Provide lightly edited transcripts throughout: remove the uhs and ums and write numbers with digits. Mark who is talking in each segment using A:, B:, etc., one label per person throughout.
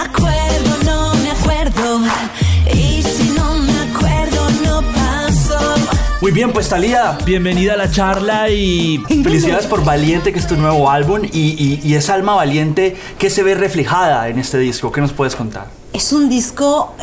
A: acuerdo, no me acuerdo. Y si no me acuerdo, no pasó.
B: Muy bien, pues Thalía, bienvenida a la charla y felicidades por Valiente, que es tu nuevo álbum, y esa alma valiente que se ve reflejada en este disco. ¿Qué nos puedes contar?
C: Es un disco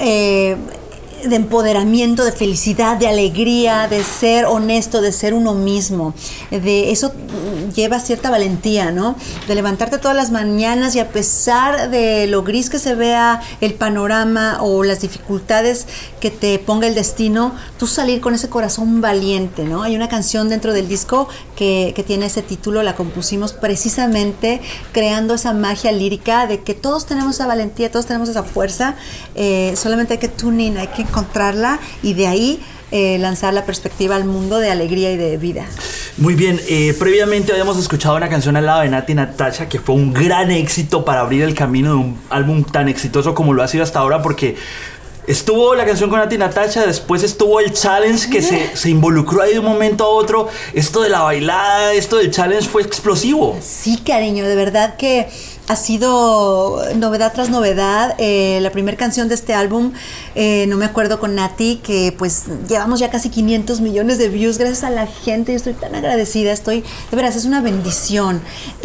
C: de empoderamiento, de felicidad, de alegría, de ser honesto, de ser uno mismo. De eso lleva cierta valentía, ¿no? De levantarte todas las mañanas y a pesar de lo gris que se vea el panorama o las dificultades que te ponga el destino, tú salir con ese corazón valiente, ¿no? Hay una canción dentro del disco que tiene ese título, la compusimos precisamente creando esa magia lírica de que todos tenemos esa valentía, todos tenemos esa fuerza, solamente hay que tune in, hay que encontrarla y de ahí lanzar la perspectiva al mundo de alegría y de vida.
B: Muy bien, previamente habíamos escuchado una canción al lado de Nati Natasha que fue un gran éxito para abrir el camino de un álbum tan exitoso como lo ha sido hasta ahora, porque estuvo la canción con Nati Natasha, después estuvo el challenge que se involucró ahí de un momento a otro. Esto de la bailada, esto del challenge fue explosivo.
C: Sí, cariño, de verdad que ha sido novedad tras novedad. La primera canción de este álbum, no me acuerdo, con Nati, que pues llevamos ya casi 500 millones de views gracias a la gente. Yo estoy tan agradecida, de veras, es una bendición.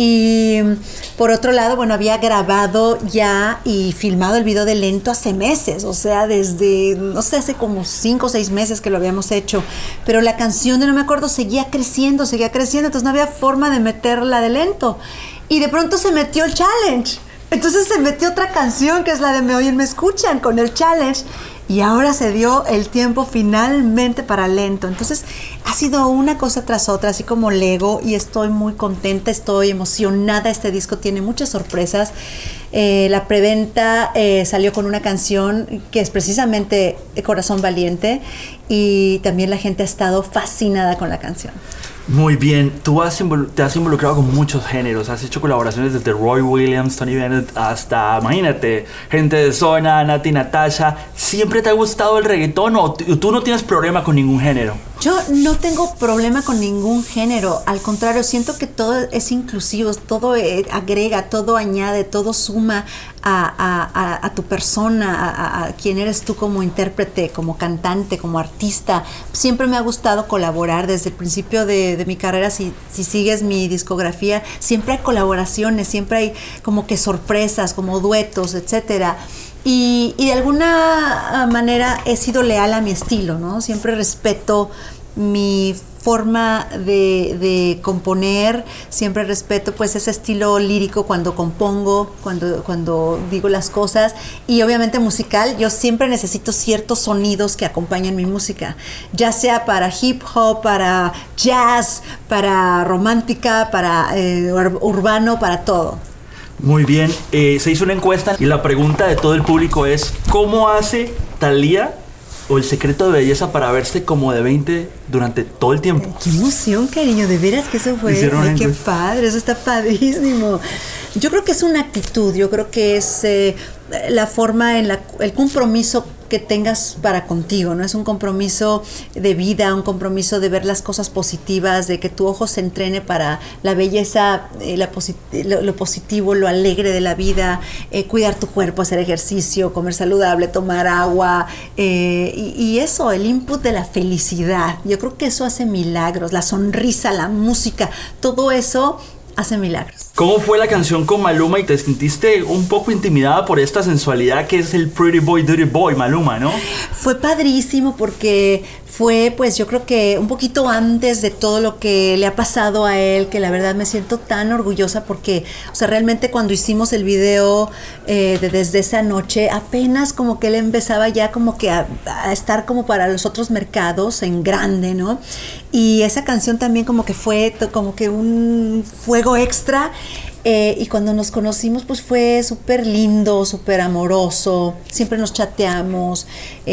C: Y por otro lado, bueno, había grabado ya y filmado el video de Lento hace meses, o sea, desde, no sé, hace como 5 o 6 meses que lo habíamos hecho, pero la canción de No me acuerdo seguía creciendo, entonces no había forma de meterla de Lento. Y de pronto se metió el challenge. Entonces se metió otra canción que es la de Me Oyen, Me Escuchan con el challenge. Y ahora se dio el tiempo finalmente para Lento. Entonces ha sido una cosa tras otra, así como Lego. Y estoy muy contenta, estoy emocionada. Este disco tiene muchas sorpresas. La preventa salió con una canción que es precisamente Corazón Valiente. Y también la gente ha estado fascinada con la canción.
B: Muy bien, tú te has involucrado con muchos géneros, has hecho colaboraciones desde Roy Williams, Tony Bennett, hasta, imagínate, gente de Zona, Nati Natasha. ¿Siempre te ha gustado el reggaetón o tú no tienes problema con ningún género?
C: Yo no tengo problema con ningún género, al contrario, siento que todo es inclusivo, todo agrega, todo añade, todo suma a tu persona, a quién eres tú como intérprete, como cantante, como artista. Siempre me ha gustado colaborar desde el principio de mi carrera. Si sigues mi discografía, siempre hay colaboraciones, siempre hay como que sorpresas, como duetos, etcétera. Y de alguna manera he sido leal a mi estilo, ¿no? Siempre respeto mi forma de componer, siempre respeto pues ese estilo lírico cuando compongo, cuando digo las cosas, y obviamente musical. Yo siempre necesito ciertos sonidos que acompañan mi música, ya sea para hip hop, para jazz, para romántica, para urbano, para todo.
B: Muy bien, se hizo una encuesta y la pregunta de todo el público es: ¿cómo hace Thalía o el secreto de belleza para verse como de 20 durante todo el tiempo?
C: ¡Qué emoción, cariño! De veras que eso fue... ¡Ay, qué padre! Eso está padrísimo. Yo creo que es una actitud, yo creo que es la forma, el compromiso que tengas para contigo, ¿no? Es un compromiso de vida, un compromiso de ver las cosas positivas, de que tu ojo se entrene para la belleza, lo positivo, lo alegre de la vida, cuidar tu cuerpo, hacer ejercicio, comer saludable, tomar agua, y eso, el input de la felicidad. Yo creo que eso hace milagros, la sonrisa, la música, todo eso hace milagros.
B: ¿Cómo fue la canción con Maluma y te sentiste un poco intimidada por esta sensualidad que es el Pretty Boy, Dirty Boy, Maluma, ¿no?
C: Fue padrísimo porque fue, pues yo creo que un poquito antes de todo lo que le ha pasado a él, que la verdad me siento tan orgullosa porque, o sea, realmente cuando hicimos el video desde esa noche, apenas como que él empezaba ya como que a estar como para los otros mercados en grande, ¿no? Y esa canción también como que fue como que un fuego extra. Y cuando nos conocimos pues fue súper lindo, súper amoroso, siempre nos chateamos,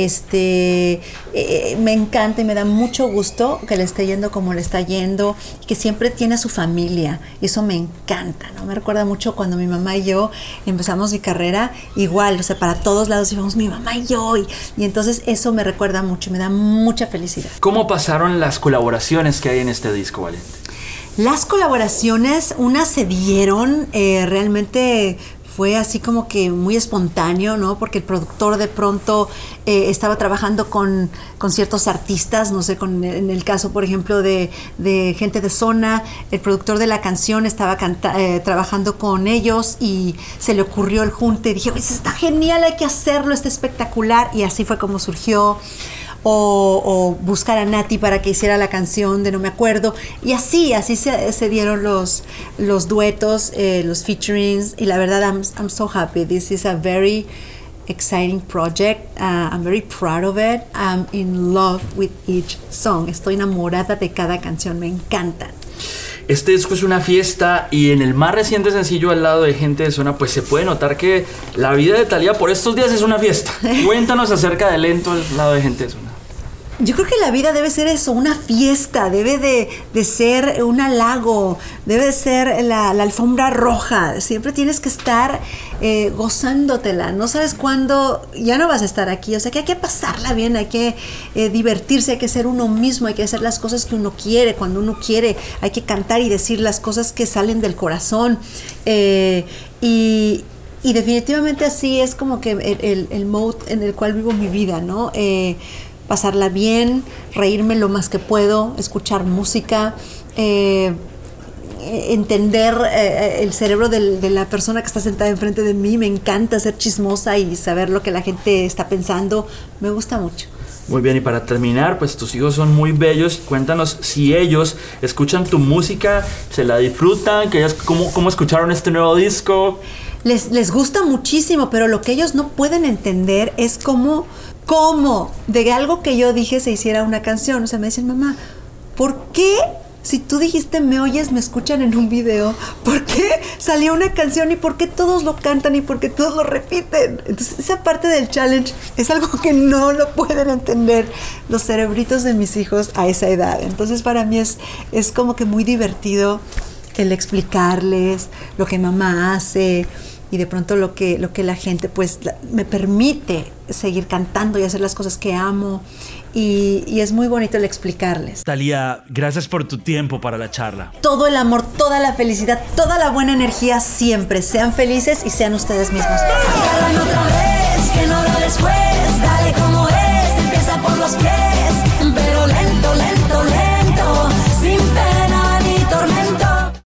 C: me encanta y me da mucho gusto que le esté yendo como le está yendo, que siempre tiene a su familia, y eso me encanta, ¿no? Me recuerda mucho cuando mi mamá y yo empezamos mi carrera, igual, o sea, para todos lados íbamos mi mamá y yo, y entonces eso me recuerda mucho, me da mucha felicidad.
B: ¿Cómo pasaron las colaboraciones que hay en este disco, Valiente?
C: Las colaboraciones, unas se dieron realmente fue así como que muy espontáneo, ¿no? Porque el productor de pronto estaba trabajando con ciertos artistas, no sé, en el caso, por ejemplo, de Gente de Zona, el productor de la canción estaba trabajando con ellos y se le ocurrió el junte y dije, pues está genial, hay que hacerlo, está espectacular, y así fue como surgió. O buscar a Nati para que hiciera la canción de No Me Acuerdo, y así se dieron los duetos, los featurings, y la verdad I'm so happy. This is a very exciting project. I'm very proud of it. I'm in love with each song. Estoy enamorada de cada canción, me encantan.
B: Este disco es una fiesta, y en el más reciente sencillo, Al lado de Gente de Zona, pues se puede notar que la vida de Thalía por estos días es una fiesta. Cuéntanos acerca de Lento, Al lado de Gente de Zona.
C: Yo creo que la vida debe ser eso, una fiesta, debe de ser un halago, debe de ser la alfombra roja. Siempre tienes que estar gozándotela. No sabes cuándo ya no vas a estar aquí. O sea que hay que pasarla bien, hay que divertirse, hay que ser uno mismo, hay que hacer las cosas que uno quiere, cuando uno quiere. Hay que cantar y decir las cosas que salen del corazón. Y definitivamente así es como que el mode en el cual vivo mi vida, ¿no? Pasarla bien, reírme lo más que puedo, escuchar música, entender el cerebro de la persona que está sentada enfrente de mí. Me encanta ser chismosa y saber lo que la gente está pensando. Me gusta mucho.
B: Muy bien, y para terminar, pues tus hijos son muy bellos. Cuéntanos si ellos escuchan tu música, se la disfrutan, que ellos, cómo escucharon este nuevo disco.
C: Les gusta muchísimo, pero lo que ellos no pueden entender es cómo de algo que yo dije se hiciera una canción. O sea, me dicen, mamá, ¿por qué si tú dijiste me oyes, me escuchan en un video? ¿Por qué salió una canción y por qué todos lo cantan y por qué todos lo repiten? Entonces esa parte del challenge es algo que no lo pueden entender los cerebritos de mis hijos a esa edad. Entonces para mí es como que muy divertido el explicarles lo que mamá hace, y de pronto lo que la gente pues me permite seguir cantando y hacer las cosas que amo, y es muy bonito el explicarles.
D: Thalía, gracias por tu tiempo para la charla.
C: Todo el amor, toda la felicidad, toda la buena energía siempre. Sean felices y sean ustedes mismos.
A: Otra vez, que no lo después.